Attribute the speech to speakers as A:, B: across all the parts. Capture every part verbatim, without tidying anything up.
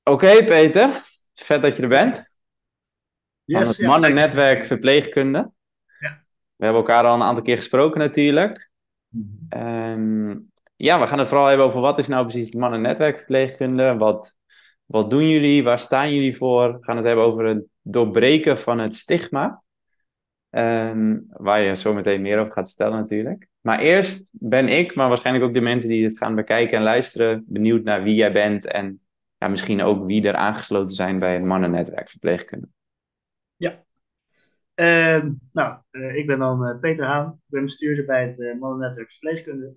A: Oké, Peter. Vet dat je er bent. Van
B: Yes,
A: het
B: ja, leuk dat je er
A: mannennetwerk
B: bent.
A: Verpleegkunde.
B: Ja.
A: We hebben elkaar al een aantal keer gesproken natuurlijk.
B: Mhm.
A: Ehm, ja, we gaan het vooral hebben over wat is nou precies het mannennetwerk Verpleegkunde? Wat, wat doen jullie? Waar staan jullie voor? We gaan het hebben over het doorbreken van het stigma. Ehm, waar je zo meteen meer over gaat vertellen natuurlijk. Maar eerst ben ik, maar waarschijnlijk ook de mensen die het gaan bekijken en luisteren, benieuwd naar wie jij bent en ja, misschien ook wie er aangesloten zijn bij het mannennetwerk Verpleegkunde.
B: Ja. Ehm, nou, eh, ik ben dan eh, Peter Haan. Ik ben bestuurder bij het uh, Mannennetwerk Verpleegkunde.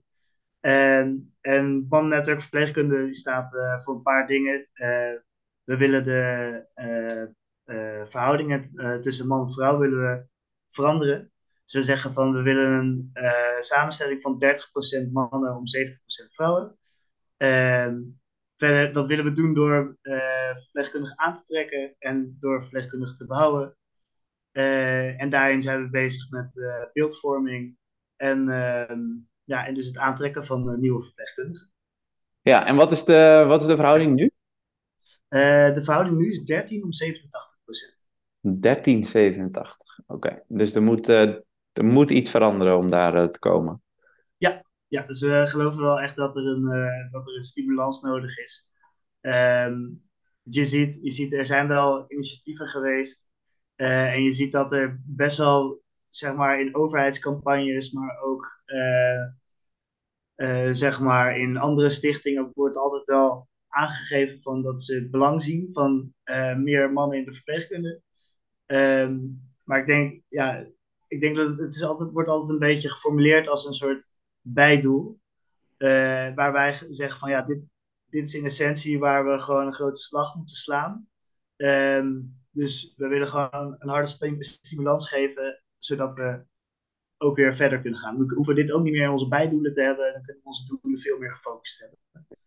B: En, en het Mannennetwerk Verpleegkunde die staat eh, voor een paar dingen. Eh, we willen de eh, eh, verhoudingen eh, tussen man en vrouw willen we veranderen. Dus we zeggen van we willen een eh, samenstelling van dertig procent mannen om zeventig procent vrouwen. Ehm, Verder, dat willen we doen door eh verpleegkundigen aan te trekken en door verpleegkundigen te behouden. Eh, en daarin zijn we bezig met eh, beeldvorming en, ehm, ja, en dus het aantrekken van eh, nieuwe verpleegkundigen.
A: Ja, en wat is de, wat is de verhouding nu?
B: Eh, de verhouding nu is dertien om zevenentachtig procent.
A: dertien zevenentachtig. Oké, dus er moet, eh, er moet iets veranderen om daar eh, te komen.
B: Ja, ja, dus we geloven wel echt dat er een, eh, dat er een stimulans nodig is. Ehm, je ziet, je ziet, er zijn wel initiatieven geweest. Eh, en je ziet dat er best wel, zeg maar, in overheidscampagnes, maar ook eh, eh, zeg maar, in andere stichtingen wordt altijd wel aangegeven van dat ze het belang zien van eh, meer mannen in de verpleegkunde. Ehm, maar ik denk, ja, ik denk dat het, het is altijd, wordt altijd een beetje geformuleerd als een soort bijdoel. eh, waar wij zeggen van ja, dit, dit is in essentie waar we gewoon een grote slag moeten slaan. Ehm, dus we willen gewoon een harde sti- stimulans geven, zodat we ook weer verder kunnen gaan. We hoeven dit ook niet meer in onze bijdoelen te hebben. Dan kunnen we onze doelen veel meer gefocust hebben.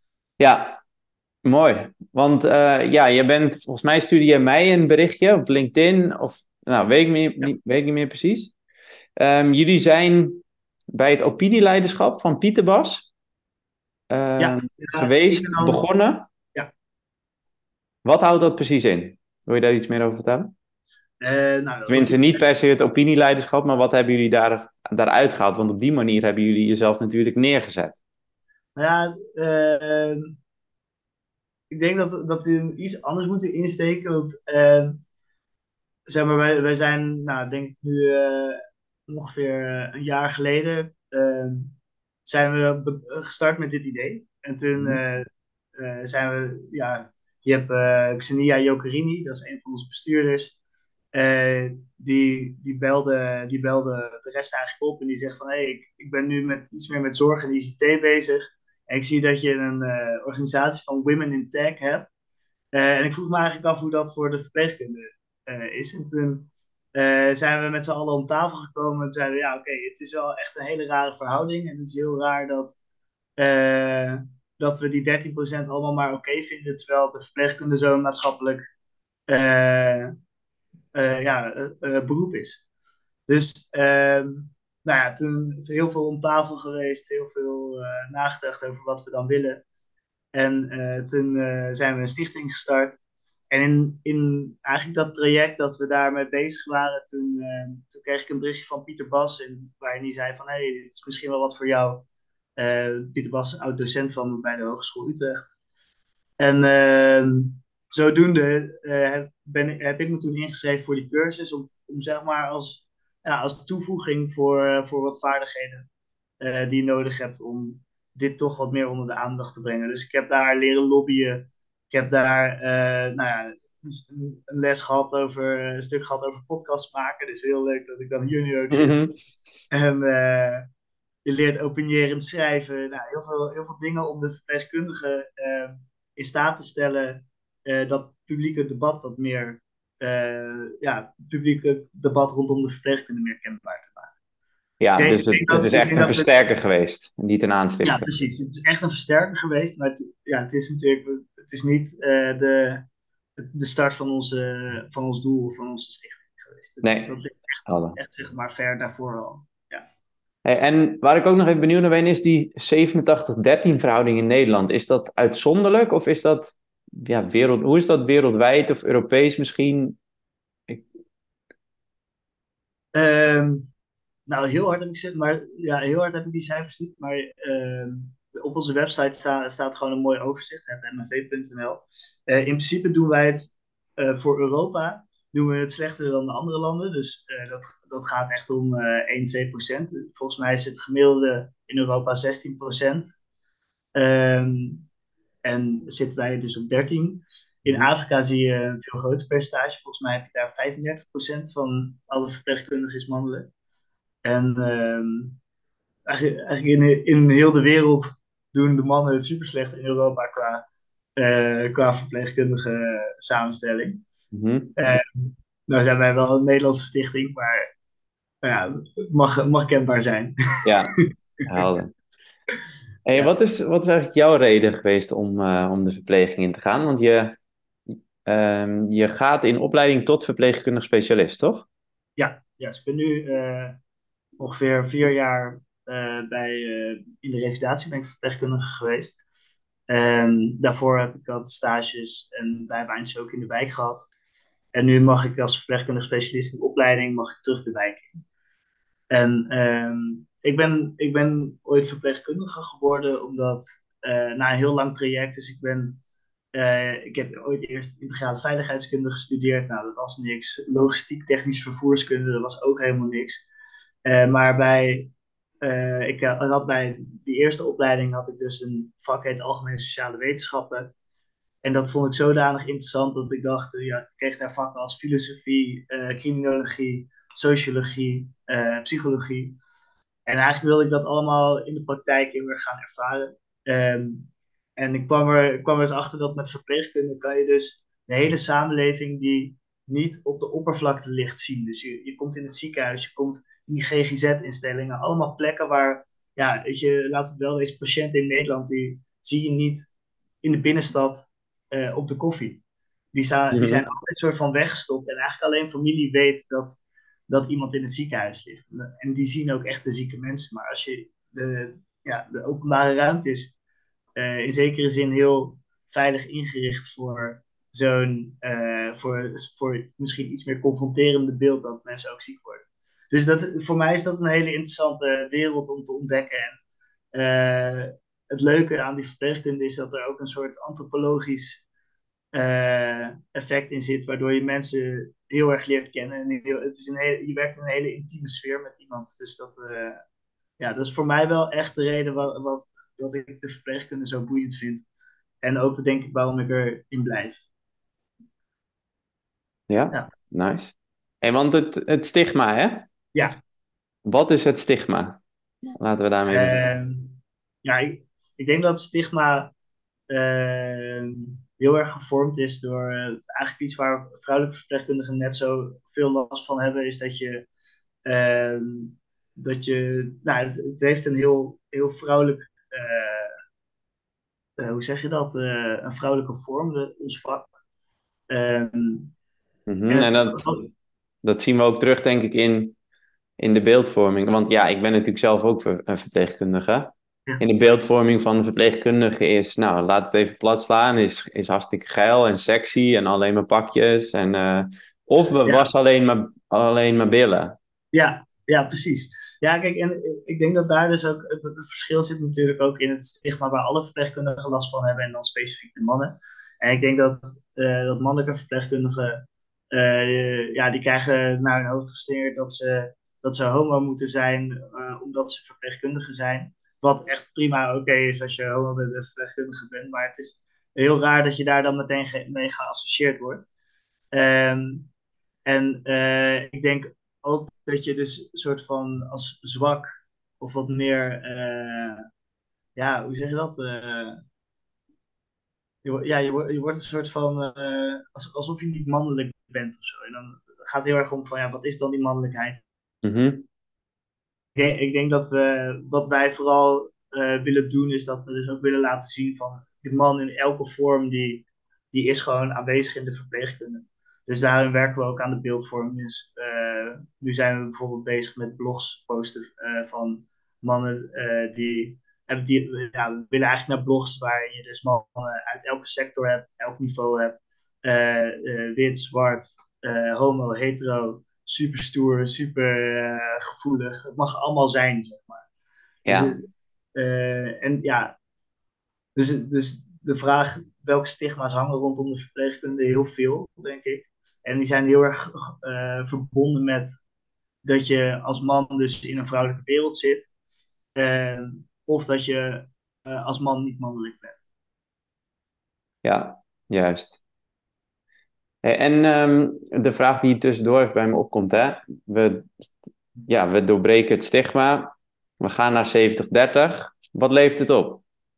A: Ja, mooi. Want eh, ja, je bent, volgens mij stuurde je mij een berichtje op LinkedIn of, nou, weet ik niet,
B: Ja,
A: niet- weet ik niet meer precies. Ehm, jullie zijn bij het opinieleiderschap van Pieterbas ehm,
B: ja, ja, ik ben
A: geweest,
B: dan.
A: begonnen.
B: Ja,
A: Wat houdt dat precies in? Wil je daar iets meer over vertellen?
B: eh, nou,
A: Tenminste, niet per se het opinieleiderschap, maar wat hebben jullie daar, daaruit gehaald? Want op die manier hebben jullie jezelf natuurlijk neergezet.
B: nou ja, eh, ik denk dat, dat we hem iets anders moeten insteken. Want eh, zeg maar, wij, wij zijn, nou, denk ik nu eh, ongeveer eh, een jaar geleden, eh, zijn we be- gestart met dit idee. En toen
A: Mhm.
B: eh, eh, zijn we, ja, je hebt eh, Xenia Jokerini, dat is een van onze bestuurders. Eh, die, die, belde, die belde de rest eigenlijk op en die zegt van hé, hey, ik, ik ben nu met iets meer met zorg en I C T bezig. En ik zie dat je een eh, organisatie van Women in Tech hebt. Eh, en ik vroeg me eigenlijk af hoe dat voor de verpleegkunde eh, is. En toen eh, zijn we met z'n allen om tafel gekomen. En zeiden we, ja, oké, het is wel echt een hele rare verhouding. En het is heel raar dat, eh, dat we die dertien procent allemaal maar oké vinden. Terwijl de verpleegkunde zo'n maatschappelijk eh, eh, ja, eh, eh, beroep is. Dus ehm, nou ja, toen heel veel om tafel geweest. Heel veel eh, nagedacht over wat we dan willen. En eh, toen eh, zijn we een stichting gestart. En in, in eigenlijk dat traject dat we daarmee bezig waren, toen, eh, toen kreeg ik een berichtje van Pieter Bas. En, waarin hij zei van, hé, hey, dit is misschien wel wat voor jou. Eh, Pieter Bas, oud-docent van me bij de Hogeschool Utrecht. En uh, zodoende uh, ben, heb ik me toen ingeschreven voor die cursus. Om, om zeg maar als, ja, als toevoeging voor, uh, voor wat vaardigheden uh, die je nodig hebt om dit toch wat meer onder de aandacht te brengen. Dus ik heb daar leren lobbyen. Ik heb daar uh, nou ja, een, een les gehad over, een stuk gehad over podcast maken. Dus heel leuk dat ik dan hier nu ook zit.
A: Mhm.
B: En uh, je leert opinierend schrijven. Nou, heel, veel, heel veel dingen om de verpleegkundige uh, in staat te stellen uh, dat publieke debat wat meer, uh, ja, publieke debat rondom de verpleegkunde meer kenbaar te maken. Dus ik
A: Ja,
B: denk,
A: dus
B: ik
A: het,
B: denk
A: het
B: dat,
A: is
B: ik
A: echt
B: denk
A: een
B: dat we,
A: versterker geweest, niet een
B: ja,
A: aanstichter.
B: precies. Het is echt een versterker geweest, maar het, ja, het is natuurlijk, het is niet uh, de, de start van, onze, van ons doel, van onze stichting geweest. Dat,
A: Nee,
B: dat ligt echt,
A: alle.
B: echt zeg maar ver daarvoor al. Ja.
A: Hey, en waar ik ook nog even benieuwd naar ben, is die zevenentachtig dertien verhouding in Nederland. Is dat uitzonderlijk of is dat ja, wereld, hoe is dat wereldwijd of Europees misschien? Ik,
B: Ehm, nou, heel hard heb ik ze, maar ja, heel hard heb ik die cijfers niet. Maar ehm, op onze website sta- staat gewoon een mooi overzicht, het m f v punt n l. Eh, in principe doen wij het eh, voor Europa, doen we het slechter dan de andere landen. Dus eh, dat, dat gaat echt om eh één, twee procent. Volgens mij is het gemiddelde in Europa zestien procent. Ehm, en zitten wij dus op dertien. In
A: mhm,
B: Afrika zie je een veel groter percentage. Volgens mij heb je daar vijfendertig procent van alle verpleegkundigen is mannelijk. En ehm, eigenlijk, eigenlijk in, in heel de wereld doen de mannen het super slecht in Europa qua, eh, qua verpleegkundige samenstelling.
A: mhm.
B: Uh, nou zijn wij wel een Nederlandse stichting, maar nou ja, het mag, mag kenbaar zijn.
A: Ja, helder. Hey,
B: Ja,
A: wat is, wat is eigenlijk jouw reden geweest om, eh, om de verpleging in te gaan? Want je, ehm, je gaat in opleiding tot verpleegkundig specialist, toch?
B: ja, ja, dus ik ben nu uh, ongeveer vier jaar uh, bij, uh, in de revalidatie ben ik verpleegkundige geweest. En daarvoor heb ik altijd stages en bijbaantjes ook in de wijk gehad. En nu mag ik als verpleegkundig specialist in de opleiding mag ik terug de wijk in. En um, ik, ben, ik ben ooit verpleegkundige geworden omdat uh, na een heel lang traject, dus ik ben uh, ik heb ooit eerst integrale veiligheidskunde gestudeerd. Nou, dat was niks. Logistiek, technisch vervoerskunde, dat was ook helemaal niks. Uh, maar bij, uh, ik had bij die eerste opleiding had ik dus een vak heet Algemene Sociale Wetenschappen. En dat vond ik zodanig interessant dat ik dacht, uh, ja, ik kreeg daar vakken als filosofie, uh, criminologie, sociologie, uh, psychologie. En eigenlijk wilde ik dat allemaal in de praktijk heel erg gaan ervaren. Um, en ik kwam er, ik kwam er eens achter dat met verpleegkunde kan je dus de hele samenleving die niet op de oppervlakte ligt zien. Dus je, je komt in het ziekenhuis, je komt in die G G Z-instellingen, allemaal plekken waar, ja, weet je, laat het wel eens, patiënten in Nederland, die zie je niet in de binnenstad uh, op de koffie. Die, sta, die zijn
A: Mhm.
B: altijd soort van weggestopt en eigenlijk alleen familie weet dat, dat iemand in het ziekenhuis ligt. En die zien ook echt de zieke mensen. Maar als je de, ja, de openbare ruimte is uh, in zekere zin heel veilig ingericht voor zo'n, uh, voor, voor misschien iets meer confronterende beeld dat mensen ook ziek worden. Dus dat, voor mij is dat een hele interessante wereld om te ontdekken. En uh, het leuke aan die verpleegkunde is dat er ook een soort antropologisch uh, effect in zit, waardoor je mensen heel erg leert kennen. En heel, het is een hele, je werkt in een hele intieme sfeer met iemand. Dus dat, uh, ja, dat is voor mij wel echt de reden wat, wat, dat ik de verpleegkunde zo boeiend vind. En ook denk ik waarom ik erin blijf.
A: Ja,
B: Ja,
A: nice. Hey, want het, het stigma, hè?
B: ja.
A: Wat is het stigma? Laten we daarmee beginnen.
B: Uh, ja ik, ik denk dat stigma uh, heel erg gevormd is door uh, eigenlijk iets waar vrouwelijke verpleegkundigen net zo veel last van hebben, is dat je uh, dat je, nou, het, het heeft een heel, heel vrouwelijk, uh, uh, hoe zeg je dat, uh, een vrouwelijke vorm, de, ons vak. Um, en
A: Mhm.
B: het
A: En
B: is
A: dat,
B: ook,
A: dat zien we ook terug, denk ik, in, in de beeldvorming. Want ja, ik ben natuurlijk zelf ook ver- een verpleegkundige.
B: ja,
A: In de beeldvorming van de verpleegkundige is, nou, laat het even plat slaan, is, is hartstikke geil en sexy en alleen maar pakjes. En, eh, of we
B: ja,
A: was alleen maar, alleen maar billen.
B: ja, ja, precies. Ja, kijk, en ik denk dat daar dus ook het, het verschil zit natuurlijk ook in het stigma waar alle verpleegkundigen last van hebben en dan specifiek de mannen. En ik denk dat, uh, dat mannelijke verpleegkundigen, uh, ja, die krijgen naar hun hoofd geslingerd dat ze, dat ze homo moeten zijn uh, omdat ze verpleegkundigen zijn. Wat echt prima oké okay is als je homo bent en verpleegkundige bent, maar het is heel raar dat je daar dan meteen ge mee geassocieerd wordt. Um, En uh, ik denk ook dat je dus een soort van als zwak of wat meer, uh, ja, hoe zeg je dat? Uh, je, ja, je, wordt- je wordt een soort van, uh, als, alsof je niet mannelijk bent of zo. En dan gaat het heel erg om van, ja, wat is dan die mannelijkheid?
A: Mhm.
B: Ik denk, ik denk dat we, wat wij vooral uh, willen doen, is dat we dus ook willen laten zien van, de man in elke vorm, die, die is gewoon aanwezig in de verpleegkunde. Dus daarin werken we ook aan de beeldvorming. Dus uh, nu zijn we bijvoorbeeld bezig met blogs posten uh, van mannen uh, die En die, ja, we willen eigenlijk naar blogs waarin je dus mannen uit elke sector hebt, elk niveau hebt. Eh, eh, wit, zwart, eh, homo, hetero, super stoer, super eh, gevoelig. Het mag allemaal zijn, zeg maar. Dus,
A: Ja,
B: eh, en ja, dus, dus de vraag welke stigma's hangen rondom de verpleegkunde heel veel, denk ik. En die zijn heel erg eh, verbonden met dat je als man dus in een vrouwelijke wereld zit. eh, of dat je eh, als man niet mannelijk bent.
A: ja, juist. Hey, en ehm, de vraag die tussendoor even bij me opkomt, hè? We, ja, we doorbreken het stigma. We gaan naar zeventig dertig. Wat levert het op?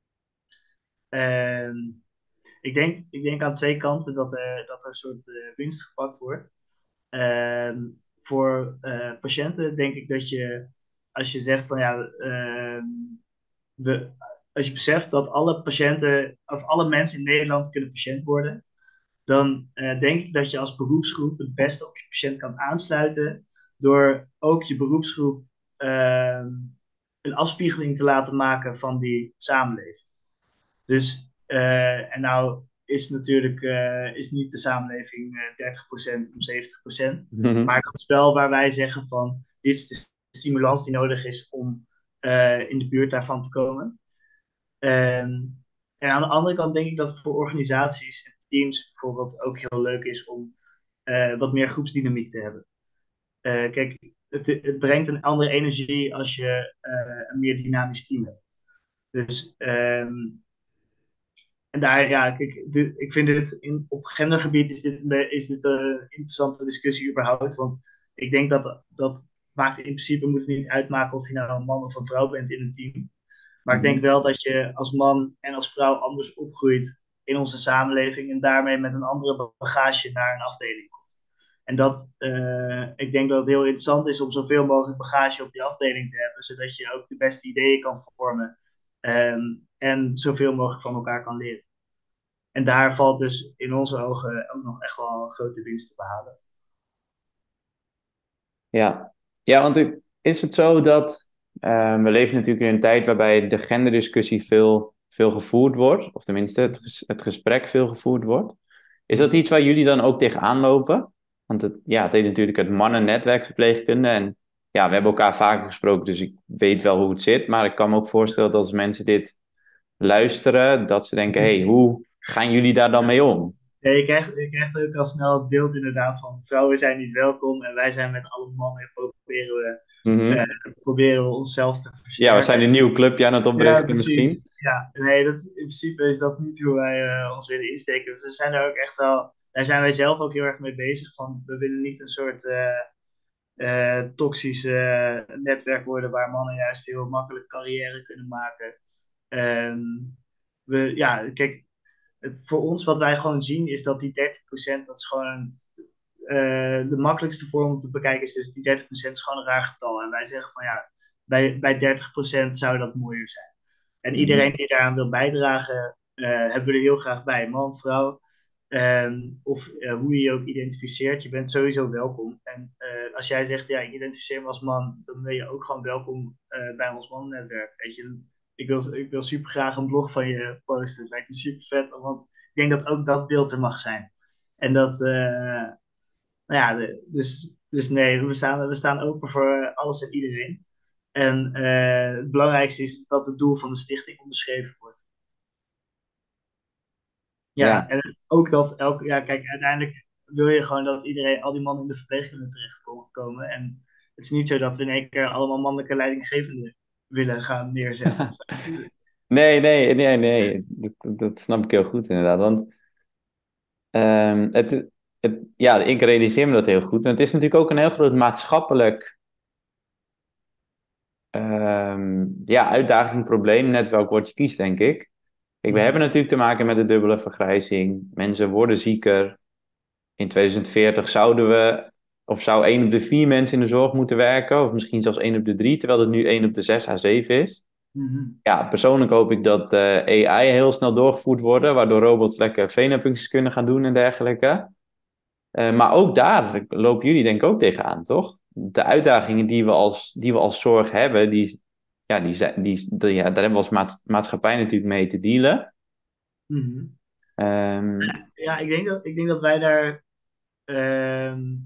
B: Ehm, ik, denk, ik denk aan twee kanten dat er, dat er een soort eh, winst gepakt wordt. Ehm, voor eh, patiënten denk ik dat je, als je zegt van ja, ehm, we, als je beseft dat alle patiënten, of alle mensen in Nederland kunnen patiënt worden, dan eh, denk ik dat je als beroepsgroep het beste op je patiënt kan aansluiten door ook je beroepsgroep ehm, een afspiegeling te laten maken van die samenleving. Dus, eh, en nou is natuurlijk uh, is niet de samenleving uh, dertig procent om zeventig procent.
A: Mhm.
B: Maar dat is wel waar wij zeggen van, dit is de stimulans die nodig is om uh, in de buurt daarvan te komen. Um, en aan de andere kant denk ik dat het voor organisaties en teams bijvoorbeeld ook heel leuk is om uh, wat meer groepsdynamiek te hebben. Uh, kijk, het, het, brengt een andere energie als je uh, een meer dynamisch team hebt. Dus um, en daar, ja, kijk, dit, ik vind dit in, op gendergebied is dit, is dit een interessante discussie überhaupt. Want ik denk dat dat maakt in principe moet het niet uitmaken of je nou een man of een vrouw bent in een team. Maar ik denk
A: Mhm.
B: wel dat je als man en als vrouw anders opgroeit in onze samenleving en daarmee met een andere bagage naar een afdeling komt. En dat, uh, ik denk dat het heel interessant is om zoveel mogelijk bagage op die afdeling te hebben, zodat je ook de beste ideeën kan vormen um, en zoveel mogelijk van elkaar kan leren. En daar valt dus in onze ogen ook nog echt wel een grote winst te behalen.
A: Ja, ja, want het- is het zo dat eh, we leven natuurlijk in een tijd waarbij de genderdiscussie veel, veel gevoerd wordt, of tenminste het, ges- het gesprek veel gevoerd wordt. Is dat iets waar jullie dan ook tegenaan lopen? Want het, ja, het heet natuurlijk het mannennetwerk verpleegkunde en ja, we hebben elkaar vaker gesproken, dus ik weet wel hoe het zit, maar ik kan me ook voorstellen dat als mensen dit luisteren, dat ze denken, hé, hey, hoe gaan jullie daar dan mee om?
B: Ja, je, krijgt, je krijgt ook al snel het beeld inderdaad van vrouwen zijn niet welkom en wij zijn met alle mannen en proberen we,
A: Mhm.
B: uh, proberen we onszelf te
A: Ja, we zijn
B: versterken.
A: een nieuw clubje aan het
B: Ja,
A: oprichten misschien.
B: precies. Ja, nee, dat, in principe is dat niet hoe wij uh, ons willen insteken. Dus we zijn er ook echt wel, daar zijn wij zelf ook heel erg mee bezig. Van, we willen niet een soort uh, uh, toxisch uh, netwerk worden waar mannen juist heel makkelijk carrière kunnen maken. Um, we, ja, kijk, het, voor ons wat wij gewoon zien is dat die dertig procent, dat is gewoon uh, de makkelijkste vorm om te bekijken is dus die dertig procent is gewoon een raar getal. En wij zeggen van ja, bij, bij dertig procent zou dat mooier zijn. En
A: Mhm.
B: iedereen die daaraan wil bijdragen, uh, hebben we er heel graag bij. Man, vrouw, um, of uh, hoe je je ook identificeert, je bent sowieso welkom. En uh, als jij zegt, ja, ik identificeer me als man, dan ben je ook gewoon welkom uh, bij ons mannennetwerk. Weet je, ik wil, ik wil super graag een blog van je posten. Het lijkt me super vet, want ik denk dat ook dat beeld er mag zijn. En dat, uh, nou ja, de, dus, dus nee, we staan, we staan open voor alles en iedereen. En uh, het belangrijkste is dat het doel van de stichting onderschreven wordt. Ja,
A: Ja.
B: en ook dat elke, ja, kijk, uiteindelijk wil je gewoon dat iedereen, al die mannen in de verpleegkunde terechtkomen. En het is niet zo dat we in één keer allemaal mannelijke leidinggevenden willen gaan neerzetten.
A: Nee, nee, nee, nee. Dat, dat snap ik heel goed inderdaad. Want ehm, het, het, ja, ik realiseer me dat heel goed. En het is natuurlijk ook een heel groot maatschappelijk ehm, ja, uitdaging, probleem, net welk woord je kiest, denk ik. Kijk, we hebben natuurlijk te maken met de dubbele vergrijzing. Mensen worden zieker. In tweeduizend veertig zouden we, of zou één op de vier mensen in de zorg moeten werken, of misschien zelfs één op de drie, terwijl het nu één op de zes à zeven is.
B: Mm-hmm.
A: Ja, persoonlijk hoop ik dat uh, A I heel snel doorgevoerd worden, waardoor robots lekker venapuncties kunnen gaan doen en dergelijke. Uh, maar ook daar lopen jullie denk ik ook tegenaan, toch? De uitdagingen die we als, die we als zorg hebben, die, ja, die, zijn- die, die, ja, daar hebben we als maats- maatschappij natuurlijk mee te dealen.
B: Mhm.
A: Ehm,
B: Ja, ik denk dat, ik denk dat wij daar ehm,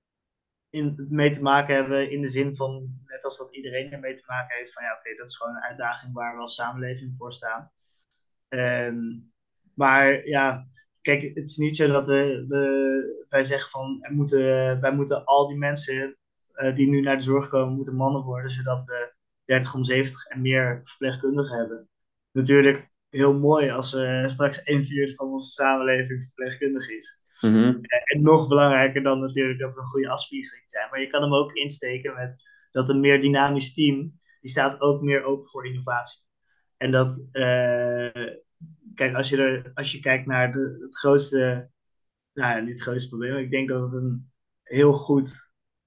B: in, mee te maken hebben in de zin van, net als dat iedereen ermee te maken heeft, van ja, oké, dat is gewoon een uitdaging waar we als samenleving voor staan. Ehm, maar ja, kijk, het is niet zo dat we, we- wij zeggen van er moeten, wij moeten al die mensen eh, die nu naar de zorg komen, moeten mannen worden, zodat we dertig om zeventig en meer verpleegkundigen hebben. Natuurlijk heel mooi als uh, straks een vierde van onze samenleving verpleegkundig is.
A: mhm,
B: En nog belangrijker dan natuurlijk dat we een goede afspiegeling zijn. Maar je kan hem ook insteken met dat een meer dynamisch team, die staat ook meer open voor innovatie. En dat, uh, kijk, als je, er, als je kijkt naar de, het grootste, nou ja, niet het grootste probleem, ik denk dat het een heel goed,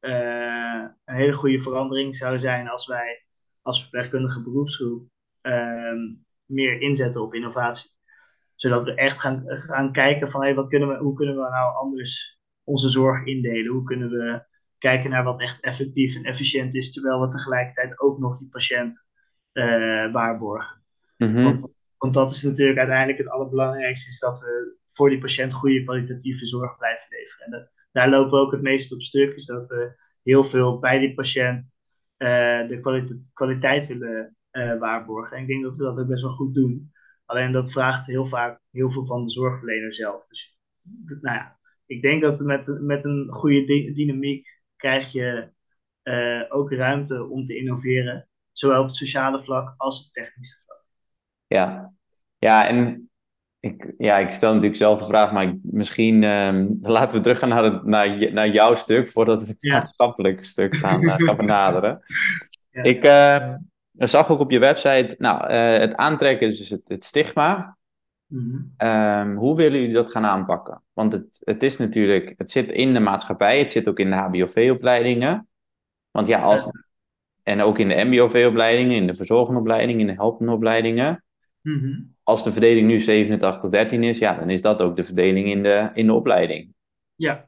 B: uh, een hele goede verandering zou zijn als wij als verpleegkundige beroepsgroep uh, meer inzetten op innovatie, zodat we echt gaan, gaan kijken van hey, wat kunnen we, hoe kunnen we nou anders onze zorg indelen? Hoe kunnen we kijken naar wat echt effectief en efficiënt is, terwijl we tegelijkertijd ook nog die patiënt uh, waarborgen.
A: mhm,
B: Want, want dat is natuurlijk uiteindelijk het allerbelangrijkste, is dat we voor die patiënt goede kwalitatieve zorg blijven leveren. En dat, daar lopen we ook het meest op stuk, is dat we heel veel bij die patiënt uh, de kwalite kwaliteit willen uh, waarborgen. En ik denk dat we dat ook best wel goed doen. Alleen dat vraagt heel vaak heel veel van de zorgverlener zelf. Dus nou ja, ik denk dat met, met een goede dy dynamiek krijg je uh, ook ruimte om te innoveren. Zowel op het sociale vlak als het technische vlak.
A: ja. Ja, en ik, ja, ik stel natuurlijk zelf de vraag, maar ik- misschien ehm, laten we teruggaan naar, het, naar, je- naar jouw stuk, voordat we het
B: Ja.
A: maatschappelijke stuk gaan, eh, gaan benaderen.
B: Ja.
A: Ik ehm, zag ook op je website, nou, eh, het aantrekken is dus het, het stigma.
B: Mhm.
A: Ehm, hoe willen jullie dat gaan aanpakken? Want het, het is natuurlijk, het zit in de maatschappij, het zit ook in de H B O V-opleidingen. Want ja, als,
B: Uit-
A: en ook in de M B O V-opleidingen, in de verzorgende opleidingen, in de helpende opleidingen.
B: Mhm.
A: Als de verdeling nu zevenentachtig dertien is, ja, dan is dat ook de verdeling in de, in de opleiding.
B: Ja,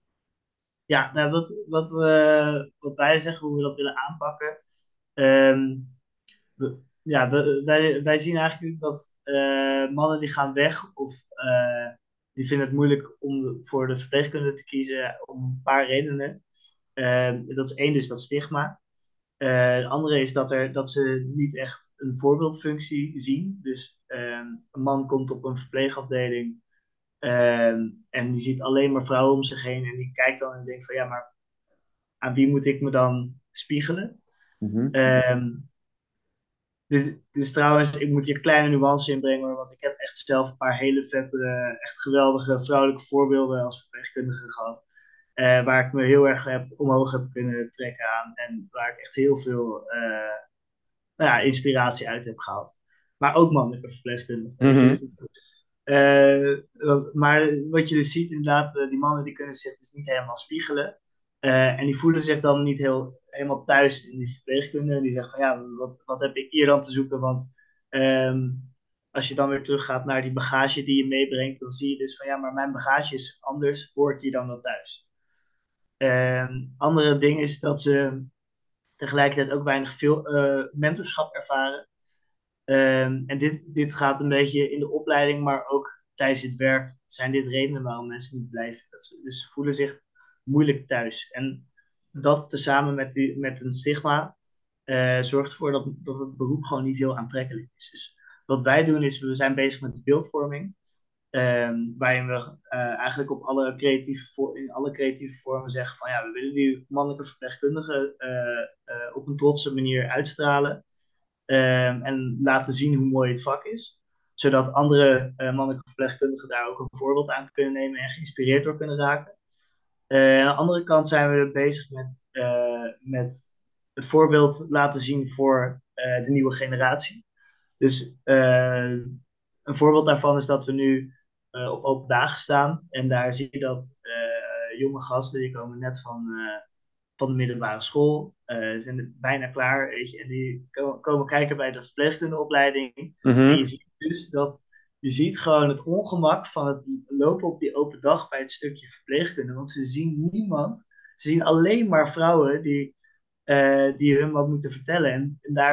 B: ja, nou, wat, wat, eh, wat wij zeggen, hoe we dat willen aanpakken. ehm, we- ja, we, wij, wij zien eigenlijk dat eh, mannen die gaan weg of eh, die vinden het moeilijk om voor de verpleegkunde te kiezen om een paar redenen. Ehm, dat is één, dus dat stigma. Uh, de andere is dat, er, dat ze niet echt een voorbeeldfunctie zien. Dus ehm, een man komt op een verpleegafdeling ehm, en die ziet alleen maar vrouwen om zich heen en die kijkt dan en denkt van ja, maar aan wie moet ik me dan spiegelen?
A: Mhm,
B: Um, dus, dus trouwens, ik moet hier een kleine nuance inbrengen, want ik heb echt zelf een paar hele vette, echt geweldige vrouwelijke voorbeelden als verpleegkundige gehad. Uh, waar ik me heel erg heb, omhoog heb kunnen trekken aan en waar ik echt heel veel uh, nou ja, inspiratie uit heb gehaald. Maar ook mannelijke verpleegkundigen, weet je.
A: mhm,
B: Dus, uh, maar wat je dus ziet, inderdaad, uh, die mannen die kunnen zich dus niet helemaal spiegelen. Uh, en die voelen zich dan niet heel, helemaal thuis in die verpleegkunde. Die zeggen van ja, wat, wat heb ik hier dan te zoeken? Want um, als je dan weer teruggaat naar die bagage die je meebrengt, dan zie je dus van ja, maar mijn bagage is anders, hoor ik hier dan wel thuis? Um, andere ding is dat ze tegelijkertijd ook weinig veel uh, mentorschap ervaren. Um, en dit, dit gaat een beetje in de opleiding, maar ook tijdens het werk zijn dit redenen waarom mensen niet blijven. Dat ze dus voelen zich moeilijk thuis. En dat tezamen met, die, met een stigma uh, zorgt ervoor dat, dat het beroep gewoon niet heel aantrekkelijk is. Dus wat wij doen is, we zijn bezig met de beeldvorming. Um, waarin we uh, eigenlijk op alle creatieve, in alle creatieve vormen zeggen van ja, we willen die mannelijke verpleegkundigen uh, uh, op een trotse manier uitstralen. Um, en laten zien hoe mooi het vak is. Zodat andere uh, mannelijke verpleegkundigen daar ook een voorbeeld aan kunnen nemen en geïnspireerd door kunnen raken. Uh, aan de andere kant zijn we bezig met, uh, met het voorbeeld laten zien voor uh, de nieuwe generatie. Dus uh, een voorbeeld daarvan is dat we nu uh, op open dagen staan. En daar zie je dat uh, jonge gasten, die komen net van, uh, van de middelbare school, uh, zijn bijna klaar, weet je, en die ko- komen kijken bij de verpleegkundeopleiding. En je
A: mhm,
B: ziet dus dat, je ziet gewoon het ongemak van het lopen op die open dag bij het stukje verpleegkunde, want ze zien niemand, ze zien alleen maar vrouwen die, uh, die hun wat moeten vertellen. En, en daar,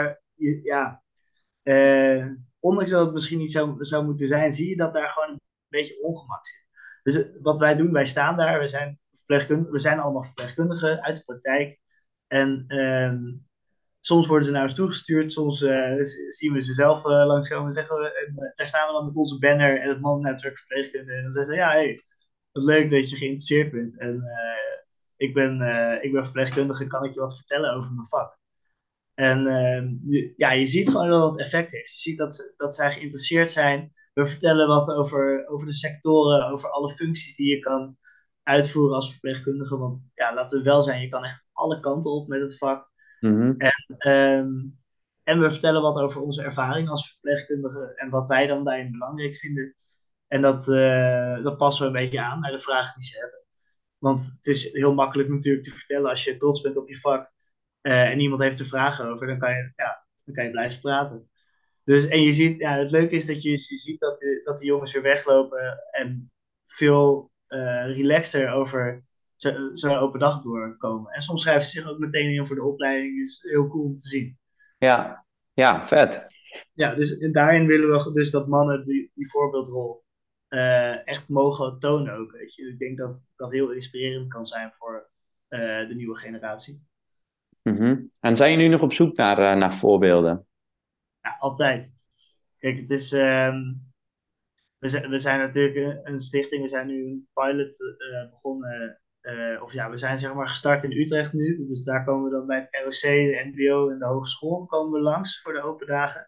B: je, ja, eh, ondanks dat het misschien niet zou, zou moeten zijn, zie je dat daar gewoon een beetje ongemak zit. Dus eh, wat wij doen, wij staan daar, we zijn, verpleegkundigen, we zijn allemaal verpleegkundigen uit de praktijk. En ehm, soms worden ze naar ons toegestuurd, soms eh, zien we ze zelf uh, langskomen en zeggen we, en, uh, daar staan we dan met onze banner en het mannennetwerk verpleegkunde. En dan zeggen we, ja, hey, wat leuk dat je geïnteresseerd bent. En uh, ik, ben, uh, ik ben verpleegkundige, kan ik je wat vertellen over mijn vak? En uh, je, ja, je ziet gewoon dat het effect heeft. Je ziet dat, ze, dat zij geïnteresseerd zijn. We vertellen wat over, over de sectoren, over alle functies die je kan uitvoeren als verpleegkundige. Want ja, laten we wel zijn, je kan echt alle kanten op met het vak.
A: Mhm.
B: Um, en we vertellen wat over onze ervaring als verpleegkundige en wat wij dan daarin belangrijk vinden. En dat, uh, dat passen we een beetje aan naar de vragen die ze hebben. Want het is heel makkelijk natuurlijk te vertellen als je trots bent op je vak uh, en iemand heeft er vragen over, dan kan je, ja, dan kan je blijven praten. Dus, en je ziet, ja, het leuke is dat je, je ziet dat, de, dat die jongens weer weglopen en veel uh, relaxter over zo'n zo open dag doorkomen. En soms schrijven ze zich ook meteen in voor de opleiding. Is heel cool om te zien.
A: Ja, ja, vet.
B: Ja, dus en daarin willen we dus dat mannen die, die voorbeeldrol uh, echt mogen tonen ook. Weet je. Ik denk dat dat heel inspirerend kan zijn voor uh, de nieuwe generatie.
A: Mhm. En zijn jullie nog op zoek naar, eh, naar voorbeelden?
B: Ja, altijd. Kijk, het is... Um, we, zijn, we zijn natuurlijk een stichting, we zijn nu een pilot uh, begonnen. Uh, of ja, we zijn zeg maar gestart in Utrecht nu. Dus daar komen we dan bij het R O C, de N B O en de hogeschool komen we langs voor de open dagen.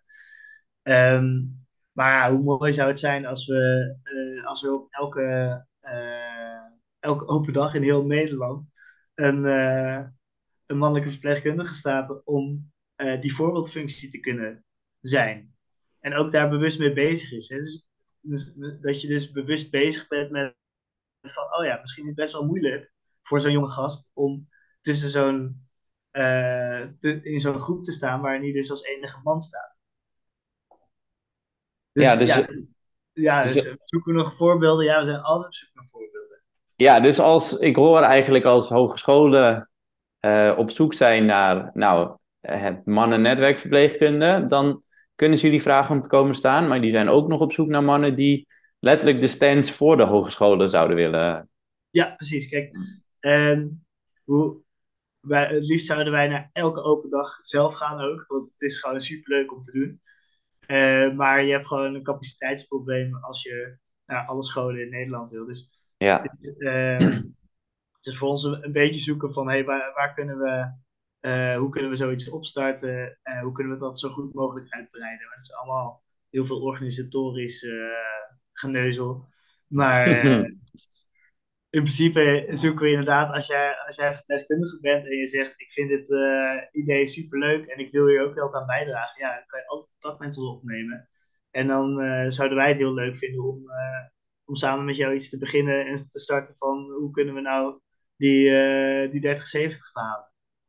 B: Um, maar ja, hoe mooi zou het zijn als we, uh, als we op elke, uh, elke open dag in heel Nederland een, uh, een mannelijke verpleegkundige staat om uh, die voorbeeldfunctie te kunnen zijn. En ook daar bewust mee bezig is. Hè? Dus, dus, dat je dus bewust bezig bent met van, oh ja, misschien is het best wel moeilijk voor zo'n jonge gast om tussen zo'n, uh, te, in zo'n groep te staan waarin hij dus als enige man staat.
A: Ja,
B: Dus
A: dus,
B: ja, ja, dus
A: dus,
B: zoeken we nog voorbeelden? Ja, we zijn altijd op zoek naar voorbeelden.
A: ja, dus als ik hoor eigenlijk als hogescholen uh, op zoek zijn naar nou, het mannen-netwerkverpleegkunde, dan kunnen ze jullie vragen om te komen staan. Maar die zijn ook nog op zoek naar mannen die letterlijk de stands voor de hogescholen zouden willen.
B: Ja, precies. Kijk, en hoe, wij, het liefst zouden wij naar elke open dag zelf gaan ook, want het is gewoon superleuk om te doen. Uh, maar je hebt gewoon een capaciteitsprobleem als je naar alle scholen in Nederland wil. Dus
A: Ja.
B: uh, het is voor ons een, een beetje zoeken van hey, waar, waar kunnen we, uh, hoe kunnen we zoiets opstarten? Uh, hoe kunnen we dat zo goed mogelijk uitbreiden? Maar het is allemaal heel veel organisatorisch uh, geneuzel. Maar uh, in principe zoeken we inderdaad, als jij, als jij verpleegkundige bent en je zegt, ik vind dit uh, idee superleuk en ik wil hier ook wel aan bijdragen, ja, dan kan je altijd contact met ons opnemen. En dan uh, zouden wij het heel leuk vinden om, uh, om samen met jou iets te beginnen en te starten van hoe kunnen we nou die, uh, die dertig zeventig behalen.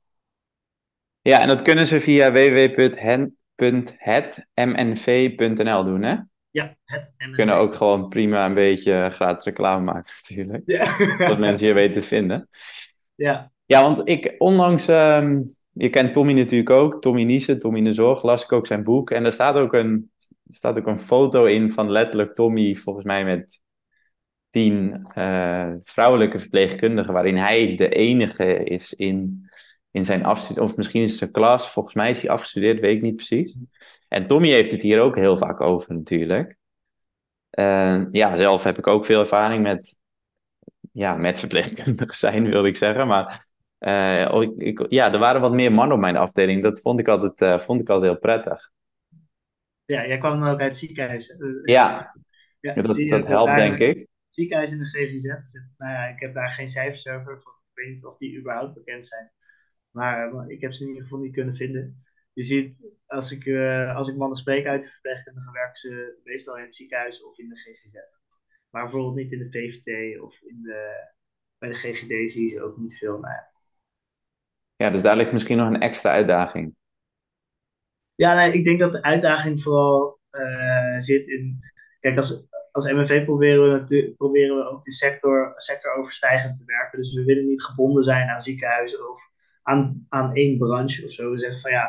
A: Ja, en dat kunnen ze via w w w punt het m n v punt n l doen, hè?
B: Ja, het
A: Kunnen
B: M N V.
A: ook gewoon prima een beetje gratis reclame maken, natuurlijk.
B: Ja.
A: Dat mensen je weten te vinden.
B: Ja.
A: Ja, want ik onlangs, um, je kent Tommy natuurlijk ook, Tommy Niesen, Tommy in de Zorg, las ik ook zijn boek. En daar staat ook een, staat ook een foto in van letterlijk Tommy, volgens mij met tien uh, vrouwelijke verpleegkundigen, waarin hij de enige is in, in zijn afstuderen, of misschien is het zijn klas, volgens mij is hij afgestudeerd, weet ik niet precies. En Tommy heeft het hier ook heel vaak over natuurlijk. Uh, ja, zelf heb ik ook veel ervaring met, ja, met verpleegkundigen zijn, wilde ik zeggen, maar uh, ik, ik, ja, er waren wat meer mannen op mijn afdeling. Dat vond ik altijd, uh, vond ik altijd heel prettig.
B: Ja, jij kwam ook uit het ziekenhuis. Uh,
A: Ja,
B: ja,
A: ja
B: dat zie
A: dat,
B: je
A: dat
B: dat
A: helpt
B: daar
A: denk
B: het
A: ik.
B: ziekenhuis in de G G Z. Nou ja, ik heb daar geen cijfers over. Ik weet niet of die überhaupt bekend zijn. Maar uh, ik heb ze in ieder geval niet kunnen vinden. Je ziet, als ik, uh, als ik mannen spreek uit de verpleegkundige, werken ze meestal in het ziekenhuis of in de G G Z. Maar bijvoorbeeld niet in de V V T of in de, bij de G G D zie je ze ook niet veel. Maar
A: Ja, dus daar ligt misschien nog een extra uitdaging.
B: ja, nee, ik denk dat de uitdaging vooral uh, zit in. Kijk, als, als M N V proberen we, natu- proberen we ook de sector, sectoroverstijgend te werken. Dus we willen niet gebonden zijn aan ziekenhuizen of aan, aan één branche of zo. We zeggen van ja,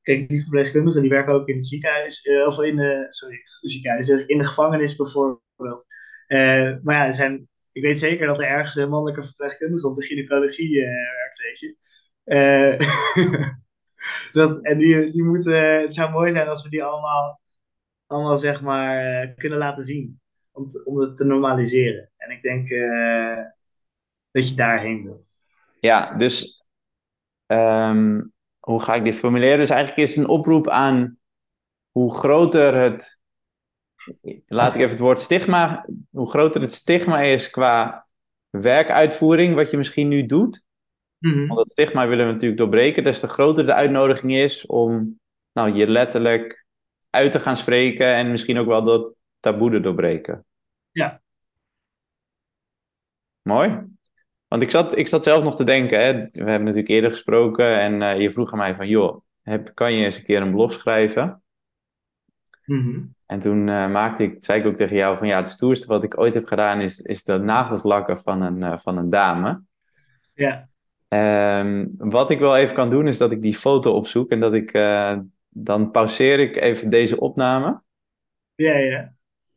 B: kijk, die verpleegkundigen die werken ook in het ziekenhuis, eh, of in de, sorry, ziekenhuis, zeg, in de gevangenis bijvoorbeeld. Eh, maar ja, er zijn, ik weet zeker dat er ergens een mannelijke verpleegkundige op de gynaecologie eh, werkt, weet je. Eh, dat, en die, die moeten, het zou mooi zijn als we die allemaal, allemaal zeg maar, eh, kunnen laten zien. Om, te- om het te normaliseren. En ik denk eh, dat je daarheen wil.
A: Ja, dus ehm, hoe ga ik dit formuleren? Dus eigenlijk is het een oproep aan hoe groter het, laat ik even het woord stigma, hoe groter het stigma is qua werkuitvoering, wat je misschien nu doet. Want
B: Mhm.
A: dat stigma willen we natuurlijk doorbreken, des te groter de uitnodiging is om nou, je letterlijk uit te gaan spreken en misschien ook wel dat taboe te doorbreken.
B: Ja.
A: Mooi. Want ik zat, ik zat zelf nog te denken, hè. We hebben natuurlijk eerder gesproken en eh, je vroeg aan mij van, joh, heb, kan je eens een keer een blog schrijven?
B: Mhm.
A: En toen eh, maakte ik, zei ik ook tegen jou van, ja, het stoerste wat ik ooit heb gedaan is, is de nagels lakken van een, eh, van een dame.
B: Ja.
A: Ehm, wat ik wel even kan doen is dat ik die foto opzoek en dat ik, eh, dan pauzeer ik even deze opname.
B: Ja, ja.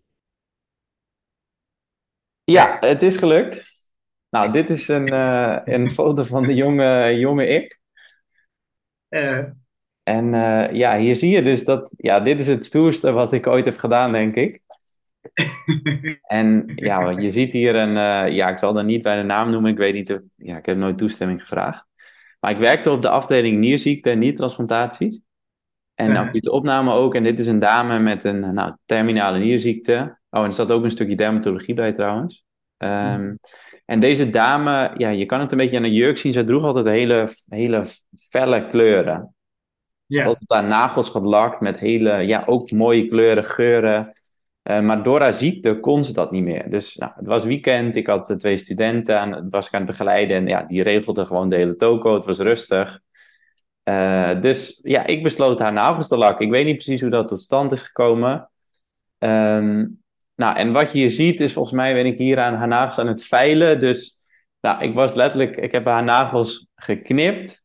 A: Ja, het is gelukt. Nou, dit is een, eh, een foto van de jonge, jonge ik.
B: Eh,
A: En eh, ja, hier zie je dus dat, ja, dit is het stoerste wat ik ooit heb gedaan, denk ik. En ja, je ziet hier een, eh, ja, ik zal dat niet bij de naam noemen, ik weet niet, of, ja, ik heb nooit toestemming gevraagd. Maar ik werkte op de afdeling nierziekte en niertransplantaties. En
B: eh,
A: acute opname ook. En dit is een dame met een nou, terminale nierziekte. Oh, en er zat ook een stukje dermatologie bij trouwens. Ehm, en deze dame, ja, je kan het een beetje aan de jurk zien. Ze droeg altijd hele, hele felle kleuren. Had
B: ja.
A: altijd haar nagels gelakt met hele, ja, ook mooie kleuren, geuren. Eh, maar door haar ziekte kon ze dat niet meer. Dus nou, het was weekend, ik had eh, twee studenten aan, het was ik aan het begeleiden. En ja, die regelden gewoon de hele toko, het was rustig. Eh, dus ja, ik besloot haar nagels te lakken. Ik weet niet precies hoe dat tot stand is gekomen. Ehm, nou, en wat je hier ziet is volgens mij ben ik hier aan haar nagels aan het veilen. Dus nou, ik was letterlijk, ik heb haar nagels geknipt,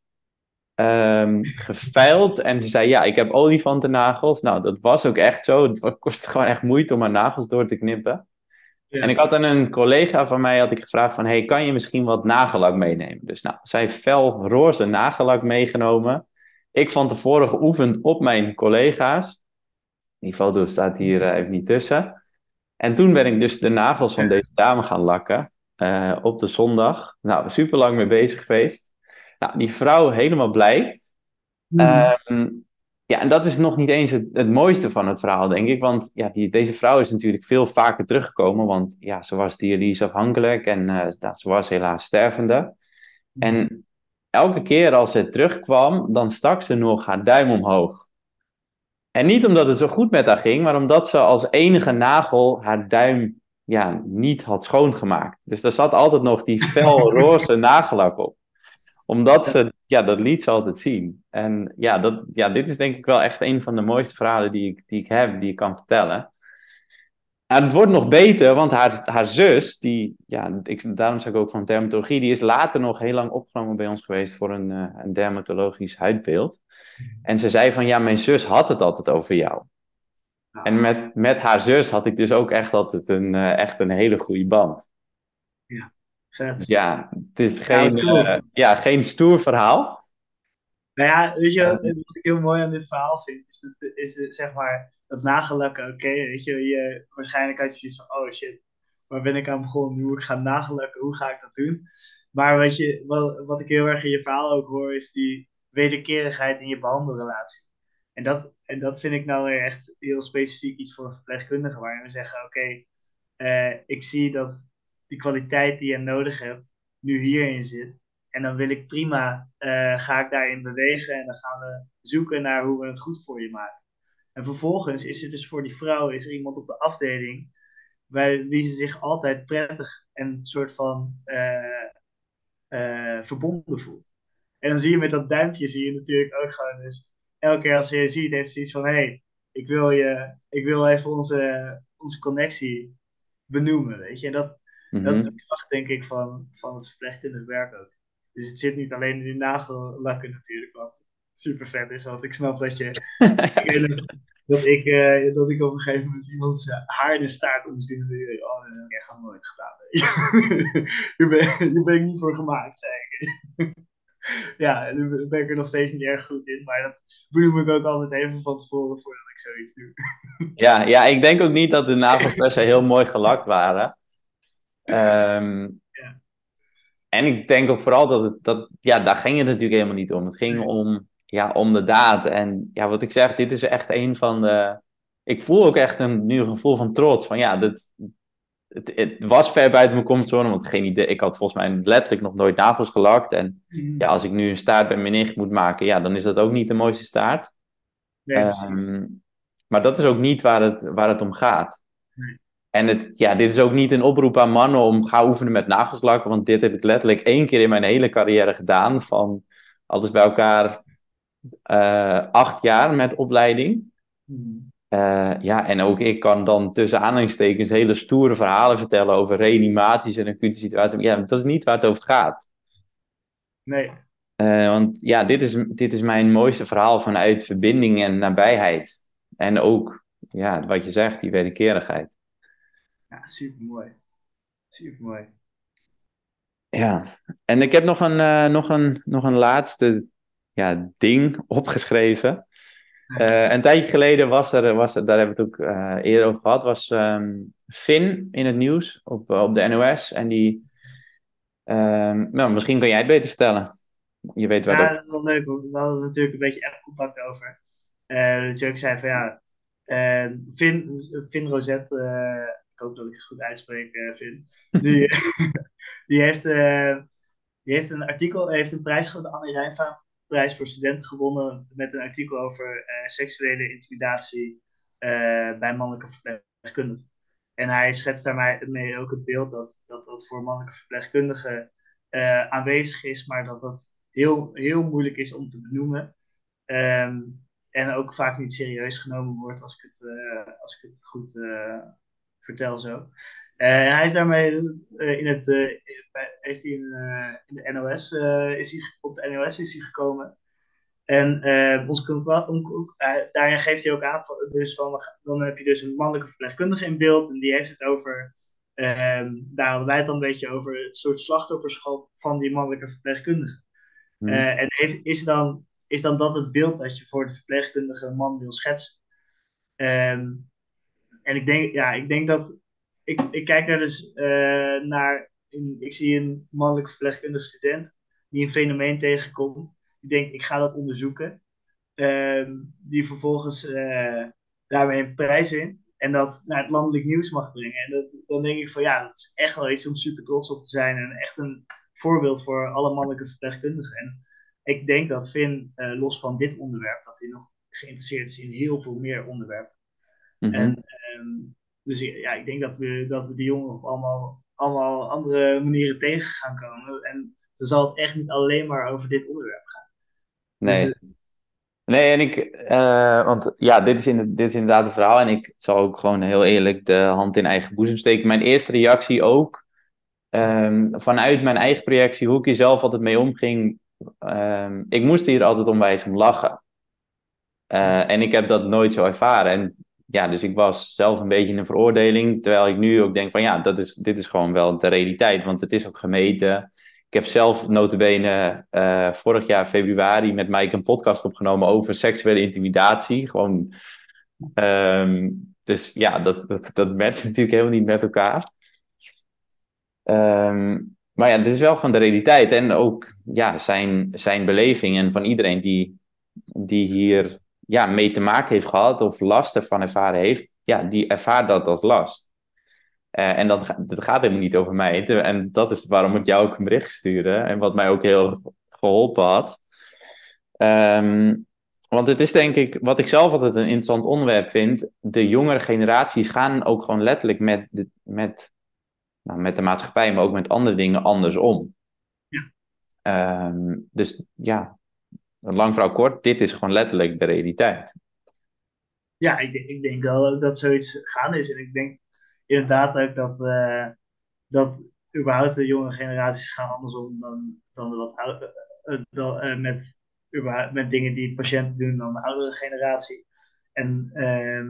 A: ehm, geveild. En ze zei, ja, ik heb olifantennagels. Nou, dat was ook echt zo. Het kostte gewoon echt moeite om haar nagels door te knippen. En ik
B: Ja.
A: had aan een collega van mij had ik gevraagd van, hey, kan je misschien wat nagellak meenemen? Dus nou, zij heeft fel roze nagellak meegenomen. Ik van tevoren geoefend op mijn collega's. Die foto staat hier eh, even niet tussen. En toen ben ik dus de nagels van deze dame gaan lakken. eh, op de zondag. Nou, super lang mee bezig geweest. Nou, die vrouw helemaal blij.
B: Mhm.
A: Ehm, ja, en dat is nog niet eens het, het mooiste van het verhaal, denk ik. Want ja, die, deze vrouw is natuurlijk veel vaker teruggekomen. Want ja, ze was dialyseafhankelijk en eh, nou, ze was helaas stervende. En elke keer als ze terugkwam, dan stak ze nog haar duim omhoog. En niet omdat het zo goed met haar ging, maar omdat ze als enige nagel haar duim ja, niet had schoongemaakt. Dus er zat altijd nog die fel roze nagellak op. Omdat
B: Ja.
A: ze, ja, dat liet ze altijd zien. En ja, dat, ja, dit is denk ik wel echt een van de mooiste verhalen die ik, die ik heb, die ik kan vertellen. En het wordt nog beter, want haar, haar zus, die, ja, ik, daarom zeg ik ook van dermatologie, die is later nog heel lang opgenomen bij ons geweest voor een, eh, een dermatologisch huidbeeld. En ze zei van, ja, mijn zus had het altijd over jou. En
B: Ah,
A: met, met haar zus had ik dus ook echt altijd een, eh, echt een hele goede band.
B: ja. Vet.
A: Dus ja, het is
B: Ja,
A: geen,
B: wat
A: eh,
B: cool.
A: ja, geen stoer verhaal.
B: Nou ja, weet je wat
A: Eh,
B: wat ik heel mooi aan dit verhaal vind? Is, dat, is de, zeg maar dat nagellakken. Oké, weet je, je, waarschijnlijk had je zoiets van, oh shit, waar ben ik aan begonnen? Nu moet ik gaan nagellakken, hoe ga ik dat doen? Maar wat, je, wat, wat ik heel erg in je verhaal ook hoor, is die wederkerigheid in je behandelrelatie. En dat, en dat vind ik nou weer echt heel specifiek iets voor een verpleegkundige, waarin we zeggen, oké, eh, ik zie dat die kwaliteit die je nodig hebt, nu hierin zit. En dan wil ik prima, eh, ga ik daarin bewegen en dan gaan we zoeken naar hoe we het goed voor je maken. En vervolgens is er dus voor die vrouw is er iemand op de afdeling bij wie ze zich altijd prettig en soort van eh, eh, verbonden voelt. En dan zie je met dat duimpje zie je natuurlijk ook gewoon dus elke keer als ze je ziet heeft ze iets van hé, hey, ik wil je, ik wil even onze, onze connectie benoemen, weet je. En dat, dat is de
A: mhm.
B: kracht, denk ik, van, van het verpleegkundig werk ook. Dus het zit niet alleen in die nagellakken natuurlijk. Want super vet is. Want ik snap dat je, dat ik, eh, dat ik op een gegeven moment iemands eh, haar in de staart moest doen. En dan denk ik, oh, dat heb ik echt nog nooit gedaan. Hier ben, hier ben ik niet voor gemaakt, zei ik. Ja, nu ben ik er nog steeds niet erg goed in. Maar dat bedoel ik ook altijd even van tevoren voordat ik zoiets doe.
A: Ja, ja, ik denk ook niet dat de nagels per se heel mooi gelakt waren. Ehm,
B: Ja,
A: en ik denk ook vooral dat het, dat, ja, daar ging het natuurlijk helemaal niet om. Het ging
B: nee.
A: om, ja, om de daad. En ja, wat ik zeg, dit is echt een van de. Ik voel ook echt een, nu een gevoel van trots. Van ja, dit, het, het was ver buiten mijn comfortzone, want geen idee. Ik had volgens mij letterlijk nog nooit nagels gelakt. En ja,
B: Mhm.
A: als ik nu een staart bij mijn nicht moet maken, ja, dan is dat ook niet de mooiste staart.
B: Nee, precies.
A: Ehm, maar dat is ook niet waar het, waar het om gaat.
B: Nee.
A: En het, ja, dit is ook niet een oproep aan mannen om ga oefenen met nagelslakken, want dit heb ik letterlijk één keer in mijn hele carrière gedaan, van alles bij elkaar eh, acht jaar met opleiding.
B: Mhm.
A: Eh, ja, en ook ik kan dan tussen aanhalingstekens hele stoere verhalen vertellen over reanimaties en acute situaties. Ja, dat is niet waar het over gaat.
B: Nee.
A: Eh, want ja, dit is, dit is mijn mooiste verhaal vanuit verbinding en nabijheid. En ook, ja, wat je zegt, die wederkerigheid.
B: Ja, super mooi. Super mooi.
A: Ja, en ik heb nog een, eh, nog een, nog een laatste ja, ding opgeschreven. Eh, een tijdje geleden was er, was er, daar hebben we het ook eh, eerder over gehad, was ehm Finn in het nieuws op, op de N O S. En die, ehm, nou, misschien kan jij het beter vertellen. Je weet waar
B: Ja,
A: dat.
B: dat is wel leuk, want we hadden natuurlijk een beetje app-contact over. Eh dat je ook zei van ja, eh Finn, Finn Rosette, eh, ik hoop dat ik het goed uitspreek, eh Finn, die, die, heeft, eh, die heeft een artikel, heeft een prijs gewonnen, de Annie Rijnvaart prijs voor studenten gewonnen, met een artikel over eh, seksuele intimidatie eh, bij mannelijke verpleegkundigen. En hij schetst daarmee ook het beeld dat dat, dat voor mannelijke verpleegkundigen eh, aanwezig is, maar dat dat heel, heel moeilijk is om te benoemen. Ehm, en ook vaak niet serieus genomen wordt, als ik het, eh, als ik het goed eh, vertel zo. Eh, hij is daarmee eh, in het, eh, heeft hij in, eh, in de N O S, eh, is hij, op de N O S is hij gekomen. En uh, ons, uh, daarin geeft hij ook aan, dus van, dan heb je dus een mannelijke verpleegkundige in beeld. En die heeft het over, uh, daar hadden wij het dan een beetje over, het soort slachtofferschap van die mannelijke verpleegkundige.
A: Hm.
B: Uh, en heeft, is, dan, is dan dat het beeld dat je voor de verpleegkundige man wil schetsen? Um, en ik denk, ja, ik denk dat, ik, ik kijk daar dus uh, naar, in, ik zie een mannelijke verpleegkundige student die een fenomeen tegenkomt. Ik denk, ik ga dat onderzoeken. Um, die vervolgens uh, daarmee een prijs wint. En dat naar het landelijk nieuws mag brengen. En dat, dan denk ik van ja, dat is echt wel iets om super trots op te zijn. En echt een voorbeeld voor alle mannelijke verpleegkundigen. En ik denk dat Finn, uh, los van dit onderwerp, dat hij nog geïnteresseerd is in heel veel meer onderwerpen.
A: Mhm.
B: En um, dus ja, ik denk dat we, dat we die jongen op allemaal, allemaal andere manieren tegen gaan komen. En dan zal het echt niet alleen maar over dit onderwerp gaan. Dus uh,
A: Nee. Nee, en ik, eh, want ja, dit is, in, dit is inderdaad het verhaal. En ik zal ook gewoon heel eerlijk de hand in eigen boezem steken. Mijn eerste reactie ook, ehm, vanuit mijn eigen projectie, hoe ik hier zelf altijd mee omging. Ehm, ik moest hier altijd onwijs om lachen. Eh, en ik heb dat nooit zo ervaren. En ja, dus ik was zelf een beetje in een veroordeling. Terwijl ik nu ook denk van ja, dat is, dit is gewoon wel de realiteit. Want het is ook gemeten. Ik heb zelf nota bene uh, vorig jaar februari met Mike een podcast opgenomen over seksuele intimidatie. Gewoon, um, dus ja, dat, dat, dat matcht natuurlijk helemaal niet met elkaar. Um, maar ja, dit is wel gewoon de realiteit. En ook ja, zijn, zijn beleving en van iedereen die, die hier ja, mee te maken heeft gehad of last ervan ervaren heeft, ja, die ervaart dat als last. Uh, en dat, dat gaat helemaal niet over mij. En dat is waarom ik jou ook een bericht stuurde. En wat mij ook heel geholpen had. Um, want het is denk ik, wat ik zelf altijd een interessant onderwerp vind. De jongere generaties gaan ook gewoon letterlijk met de, met, nou, met de maatschappij, maar ook met andere dingen andersom. Um, dus ja, lang verhaal kort, dit is gewoon letterlijk de realiteit.
B: ja, ik, ik denk wel dat zoiets gaande is. En ik denk inderdaad ook dat, uh, dat überhaupt de jonge generaties gaan andersom dan, dan de wat ouder, uh, uh, uh, met überhaupt met dingen die patiënten doen dan de oudere generatie. En ehm,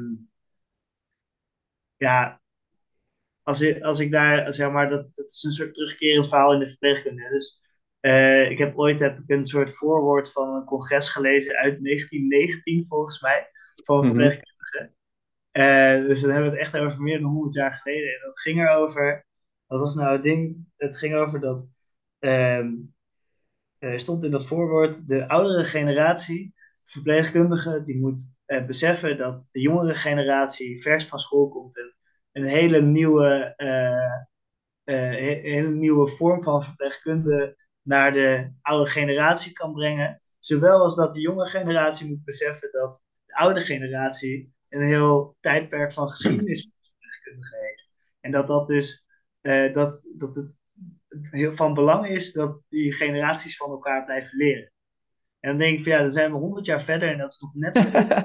B: ja, als ik, als ik daar, zeg maar, dat, dat is een soort terugkerend verhaal in de verpleegkunde. Dus eh, ik heb ooit heb ik een soort voorwoord van een congres gelezen uit negentien negentien, volgens mij, van een
A: Mhm.
B: verpleegkundige. Eh, dus dan hebben we het echt over meer dan honderd jaar geleden. En dat ging erover, wat was nou het ding? Het ging over dat, ehm, er stond in dat voorwoord, de oudere generatie, verpleegkundigen, die moet eh, beseffen dat de jongere generatie vers van school komt en een hele nieuwe eh, eh, een hele nieuwe vorm van verpleegkunde naar de oude generatie kan brengen. Zowel als dat de jonge generatie moet beseffen dat de oude generatie een heel tijdperk van geschiedenis van verpleegkundigen heeft. En dat dat dus eh, dat, dat het heel van belang is dat die generaties van elkaar blijven leren. En dan denk ik van ja, dan zijn we honderd jaar verder en dat is nog net zo relevant.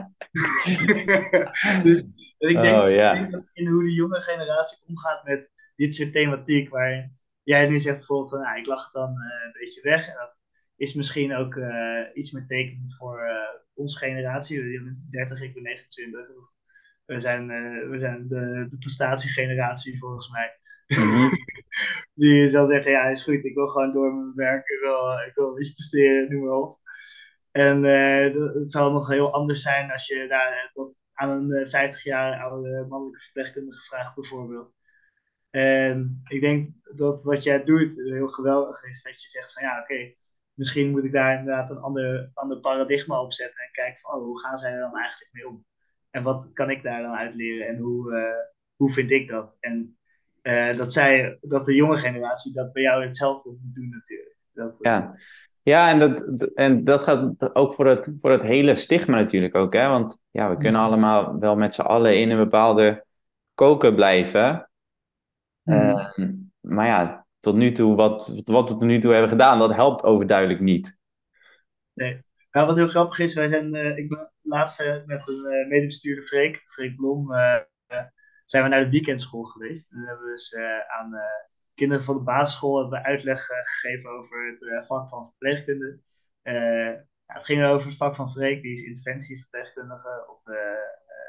B: Dus dus ik denk,
A: Oh
B: ik denk
A: ja.
B: dat in hoe de jonge generatie omgaat met dit soort thematiek, waarin jij nu zegt bijvoorbeeld van, nou, ik lach het dan eh, een beetje weg. En dat is misschien ook eh, iets meer tekenend voor eh, onze generatie. Je bent dertig, ik ben negenentwintig. We zijn, eh, we zijn de, de prestatiegeneratie volgens mij.
A: Mhm.
B: Die zal zeggen, ja, is goed, ik wil gewoon door met mijn werk, ik wil, ik wil een beetje presteren, noem maar op. En eh, d- het zal nog heel anders zijn als je daar eh, tot aan een eh, vijftig jaar oude mannelijke verpleegkundige vraagt, bijvoorbeeld. En ik denk dat wat jij doet heel geweldig is, dat je zegt van ja, oké, misschien moet ik daar inderdaad een ander, ander paradigma op zetten en kijken van oh, hoe gaan zij er dan eigenlijk mee om? En wat kan ik daar dan uit leren en hoe, eh, hoe vind ik dat? En eh, dat, zij, dat de jonge generatie dat bij jou hetzelfde moet doen natuurlijk. Dat, eh,
A: Ja. Ja, en dat, en dat gaat ook voor het, voor het hele stigma natuurlijk ook, hè? Want ja, we kunnen
B: Mhm.
A: allemaal wel met z'n allen in een bepaalde koker blijven.
B: Mhm.
A: Ehm, maar ja, tot nu toe, wat, wat we tot nu toe hebben gedaan, dat helpt overduidelijk niet.
B: Nee. Nou, wat heel grappig is, wij zijn, eh, ik ben laatst eh, met een eh, medebestuurder Freek, Freek Blom, eh, eh, zijn we naar de weekendschool geweest. En dan hebben we dus eh, aan eh, kinderen van de basisschool hebben we uitleg eh, gegeven over het eh, vak van verpleegkunde. Eh, ja, het ging over het vak van Freek, die is interventieverpleegkundige op de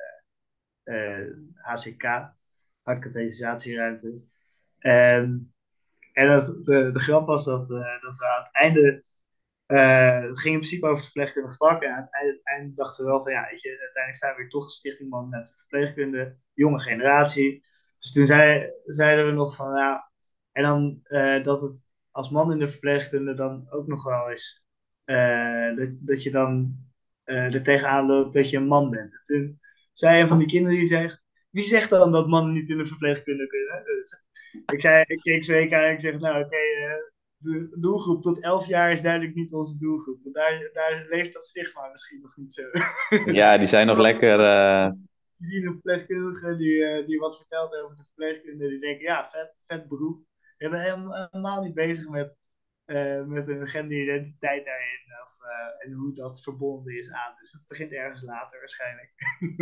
B: eh, H C K, hartkatheterisatieruimte. En, en dat, de, de grap was dat, eh, dat we aan het einde uh, het ging in principe over het verpleegkundig vak. En aan het einde dachten we wel van ja, weet je, uiteindelijk staan we weer toch de Stichting Man met Verpleegkunde, jonge generatie. Dus toen zei, zeiden we nog van ja, en dan uh, dat het als man in de verpleegkunde dan ook nog wel is uh, dat, dat je dan uh, er tegenaan loopt dat je een man bent. En toen zei een van die kinderen die zegt, wie zegt dan dat mannen niet in de verpleegkunde kunnen? Dus ik zei, ik keek Zweek aan en ik zeg, nou oké, okay, uh, de doelgroep tot elf jaar is duidelijk niet onze doelgroep. Want daar, daar leeft dat stigma misschien nog niet zo.
A: Ja, die zijn nog lekker. eh,
B: Je ziet een verpleegkundige die, uh, die wat vertelt over de verpleegkunde. Die denken, ja, vet, vet beroep. Je bent helemaal niet bezig met, uh, met een genderidentiteit daarin. Of, uh, en hoe dat verbonden is aan. Dus dat begint ergens later waarschijnlijk.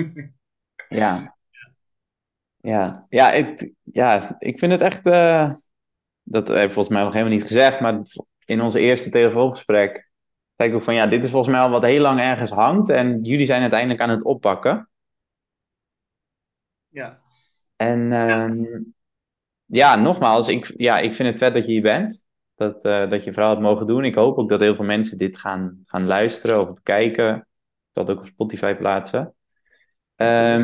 A: ja, ja, ja, ik, ja, ik vind het echt. eh, dat heb ik volgens mij nog helemaal niet gezegd, maar in onze eerste telefoongesprek zei ik ook van ja, dit is volgens mij al wat heel lang ergens hangt en jullie zijn uiteindelijk aan het oppakken.
B: Ja.
A: En ehm, ja, nogmaals, ik, ja, ik vind het vet dat je hier bent. Dat, eh, dat je verhaal hebt mogen doen. Ik hoop ook dat heel veel mensen dit gaan, gaan luisteren of bekijken. Ik zal het ook op Spotify plaatsen.
B: Ja,
A: Ehm,
B: cool.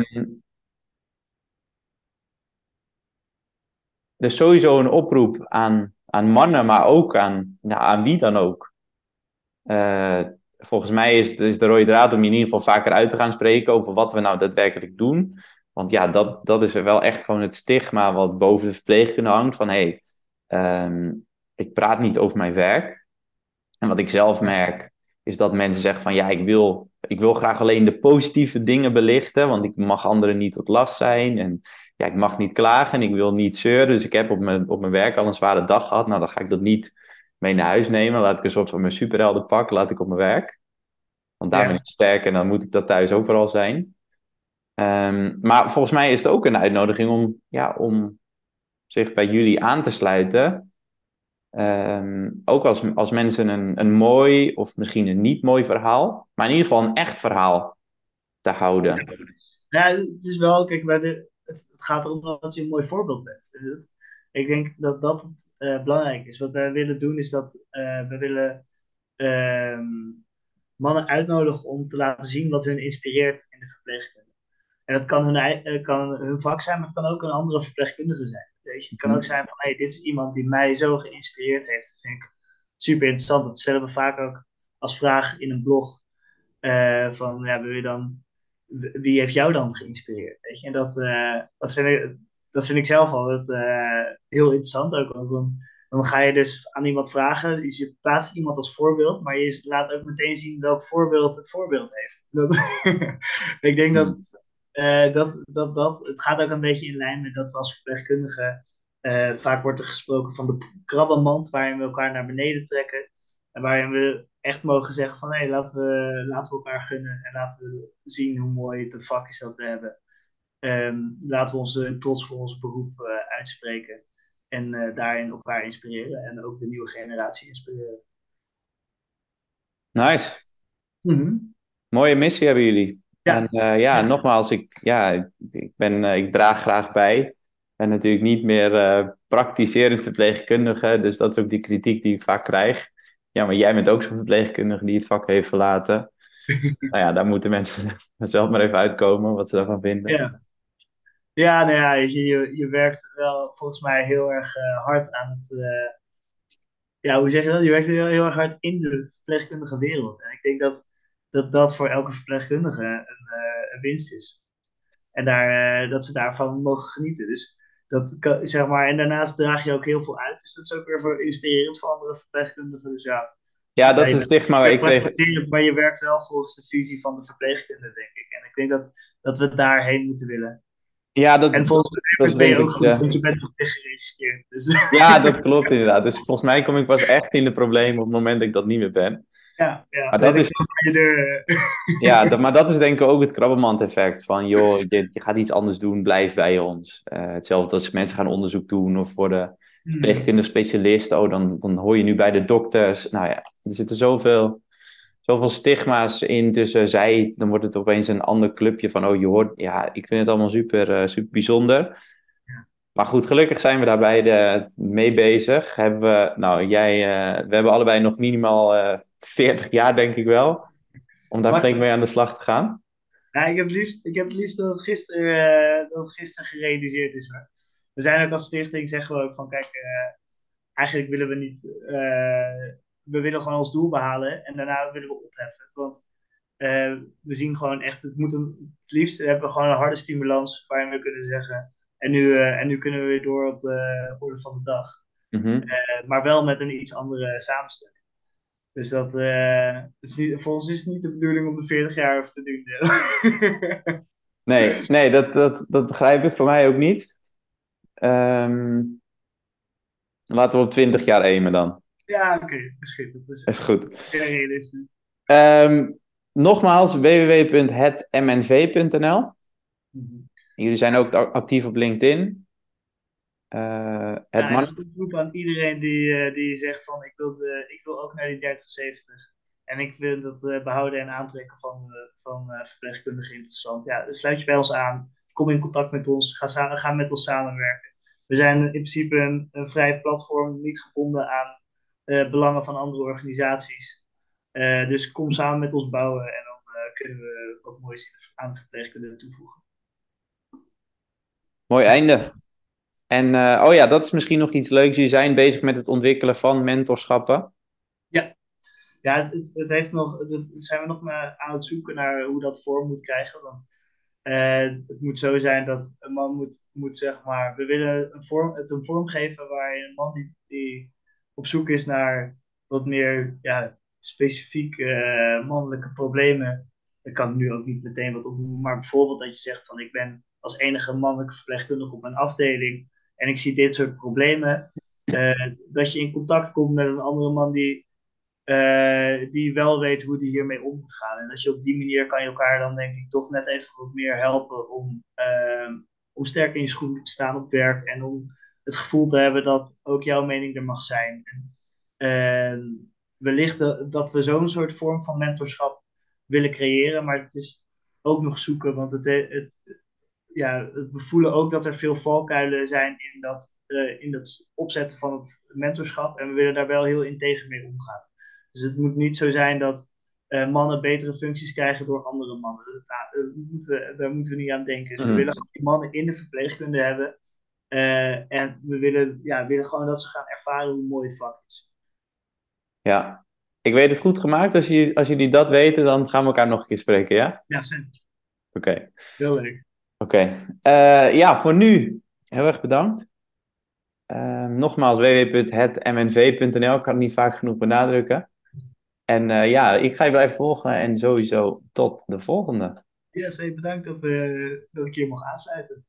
A: dus sowieso een oproep aan, aan mannen, maar ook aan, ja, aan wie dan ook. Eh, volgens mij is, is de rode draad om in ieder geval vaker uit te gaan spreken over wat we nou daadwerkelijk doen. Want ja, dat, dat is wel echt gewoon het stigma wat boven de verpleegkunde hangt. Van hé, hey, um, ik praat niet over mijn werk. En wat ik zelf merk, is dat mensen zeggen van ja, ik wil, ik wil graag alleen de positieve dingen belichten, want ik mag anderen niet tot last zijn. En ja, ik mag niet klagen en ik wil niet zeuren. Dus ik heb op mijn, op mijn werk al een zware dag gehad. Nou, dan ga ik dat niet mee naar huis nemen. Laat ik een soort van mijn superhelden pak, laat ik op mijn werk. Want daar ben ik
B: Ja.
A: sterk en dan moet ik dat thuis ook vooral zijn. Um, maar volgens mij is het ook een uitnodiging om, ja, om zich bij jullie aan te sluiten. Ehm, ook als, als mensen een, een mooi of misschien een niet mooi verhaal, maar in ieder geval een echt verhaal te houden.
B: Ja, het is wel, kijk, bij de, het, het gaat erom dat je een mooi voorbeeld bent. En het- ik denk dat dat het eh, belangrijk is. Wat wij willen doen is dat eh, we willen ehm, mannen uitnodigen om te laten zien wat hun inspireert in de verpleegkunde. En dat kan hun, ei- eh, kan hun vak zijn, maar het kan ook een andere verpleegkundige zijn. Weet je, het kan ook
A: Mhm.
B: zijn van, hey, dit is iemand die mij zo geïnspireerd heeft. Dat vind ik super interessant. Dat stellen we vaak ook als vraag in een blog. Eh, van, ja, wil je dan, wie heeft jou dan geïnspireerd? Weet je? En dat, eh, dat, vind ik, dat vind ik zelf altijd eh, heel interessant ook. ook dan, dan ga je dus aan iemand vragen, dus je plaatst iemand als voorbeeld, maar je laat ook meteen zien welk voorbeeld het voorbeeld heeft. Dat, ik denk dat, eh, dat, dat, dat, het gaat ook een beetje in lijn met dat we als verpleegkundigen, eh, vaak wordt er gesproken van de krabbenmand waarin we elkaar naar beneden trekken. En waarin we echt mogen zeggen van hé, hey, laten we, laten we elkaar gunnen en laten we zien hoe mooi het vak is dat we hebben. Ehm, laten we onze trots voor ons beroep eh, uitspreken en eh, daarin elkaar inspireren en ook de nieuwe generatie inspireren.
A: Nice.
B: Mhm.
A: Mooie missie hebben jullie. En
B: Ja,
A: eh, ja,
B: ja,
A: nogmaals, ik, ja, ik, ben, eh, ik draag graag bij. Ik ben natuurlijk niet meer eh, praktiserend verpleegkundige, dus dat is ook die kritiek die ik vaak krijg. Ja, maar jij bent ook zo'n verpleegkundige die het vak heeft verlaten. Nou ja, daar moeten mensen zelf maar even uitkomen wat ze daarvan vinden.
B: ja. Ja, nou ja, je, je, je werkt wel volgens mij heel erg eh, hard aan het, eh, ja, hoe zeg je dat? Je werkt heel, heel erg hard in de verpleegkundige wereld. En ik denk dat dat, dat voor elke verpleegkundige een, eh, een winst is. En daar, eh, dat ze daarvan mogen genieten. Dus dat kan, zeg maar, en daarnaast draag je ook heel veel uit. Dus dat is ook weer voor inspirerend voor andere verpleegkundigen. Dus ja,
A: Ja,
B: ja
A: dat is
B: je
A: een
B: bent
A: stigma waar
B: werkt
A: ik tegen.
B: praktiserend, maar je werkt wel volgens de visie van de verpleegkunde, denk ik. En ik denk dat, dat we daarheen moeten willen.
A: Ja, dat,
B: En
A: dat,
B: volgens de
A: dat is
B: papers ben je
A: denk
B: ook
A: ik.
B: goed,
A: eh,
B: want je bent nog geregistreerd. Dus
A: Ja, dat klopt inderdaad. Dus volgens mij kom ik pas echt in de problemen op het moment dat ik dat niet meer ben.
B: ja, ja,
A: Maar
B: weet
A: dat
B: ik
A: is,
B: wel waar je er...
A: ja, dat, maar dat is denk ik ook het krabbenmand-effect. Van joh, je, je gaat iets anders doen, blijf bij ons. Eh, hetzelfde als mensen gaan onderzoek doen of worden
B: Hmm.
A: verpleegkundig specialist. Oh, dan, dan hoor je nu bij de dokters. Nou ja, er zitten zoveel, zoveel stigma's in tussen zij. Dan wordt het opeens een ander clubje van, oh, je hoort, ja, ik vind het allemaal super, eh, super bijzonder. Maar goed, gelukkig zijn we daar beide mee bezig. Hebben we, nou, jij, eh, we hebben allebei nog minimaal eh veertig jaar, denk ik wel, om daar flink
B: Makkelijk.
A: mee aan de slag te gaan.
B: Ja, ik heb het liefst, ik heb het liefst dat het gisteren, eh, dat het gisteren gerealiseerd is. Maar we zijn ook als stichting, zeggen we ook van, kijk, eh, eigenlijk willen we niet, eh, we willen gewoon ons doel behalen en daarna willen we opheffen. Want eh, we zien gewoon echt, het moet een, het liefst hebben we gewoon een harde stimulans waarin we kunnen zeggen, en nu, eh, en nu kunnen we weer door op de orde van de dag.
A: Mhm.
B: Eh, maar wel met een iets andere samenstelling. Dus dat, eh, het is niet, voor ons is het niet de bedoeling om de veertig jaar over te doen.
A: Nee, nee dat, dat, dat begrijp ik. Voor mij ook niet. Ehm, laten we op twintig jaar aimen dan.
B: Ja, oké, okay, misschien. Dat is
A: Is goed.
B: zeer realistisch.
A: Ehm, nogmaals, w w w punt het m n v punt n l.
B: Mhm.
A: Jullie zijn ook actief op LinkedIn. Eh, het
B: Ja, en
A: man.
B: ook een oproep aan iedereen die, eh, die zegt van ik wil, de, ik wil ook naar die dertig zeventig. En ik vind dat eh, behouden en aantrekken van, eh, van eh, verpleegkundigen interessant. Ja, dus sluit je bij ons aan. Kom in contact met ons. Ga, sa- ga met ons samenwerken. We zijn in principe een, een vrij platform, niet gebonden aan eh, belangen van andere organisaties. Eh, dus kom samen met ons bouwen en dan eh, kunnen we wat moois aan de verpleegkunde toevoegen.
A: Mooi einde. En eh, oh ja, dat is misschien nog iets leuks. Jullie zijn bezig met het ontwikkelen van mentorschappen.
B: Ja, ja het, het heeft nog, het, zijn we nog maar aan het zoeken naar hoe dat vorm moet krijgen. Want eh, het moet zo zijn dat een man moet, moet zeg maar, we willen een vorm, het een vorm geven waarin een man die, die op zoek is naar wat meer ja, specifiek eh, mannelijke problemen. Ik kan nu ook niet meteen wat opnoemen, maar bijvoorbeeld dat je zegt van ik ben als enige mannelijke verpleegkundige op mijn afdeling en ik zie dit soort problemen. Eh, dat je in contact komt met een andere man die eh, die wel weet hoe die hiermee om moet gaan. En dat je op die manier kan je elkaar dan denk ik toch net even wat meer helpen om, uh, om sterk in je schoenen te staan op werk en om het gevoel te hebben dat ook jouw mening er mag zijn. En wellicht dat, dat we zo'n soort vorm van mentorschap willen creëren, maar het is ook nog zoeken, want het, het, ja, we voelen ook dat er veel valkuilen zijn in dat, uh, in dat opzetten van het mentorschap. En we willen daar wel heel integer mee omgaan. Dus het moet niet zo zijn dat uh, mannen betere functies krijgen door andere mannen. Dat, nou, dat moeten we, daar moeten we niet aan denken. Dus we
A: Mhm.
B: willen die mannen in de verpleegkunde hebben. Uh, en we willen, ja, willen gewoon dat ze gaan ervaren hoe mooi het vak is.
A: Ja, ik weet het goed gemaakt. Als, je, als jullie dat weten, dan gaan we elkaar nog een keer spreken, ja?
B: Ja, Sint.
A: Oké.
B: Heel leuk.
A: Oké. Eh, ja, voor nu heel erg bedankt. Uh, nogmaals, w w w punt het m n v punt n l. Ik kan het niet vaak genoeg benadrukken. En uh, ja, ik ga je blijven volgen en sowieso tot de volgende.
B: Ja, zeker bedankt dat, we, dat ik hier mocht aansluiten.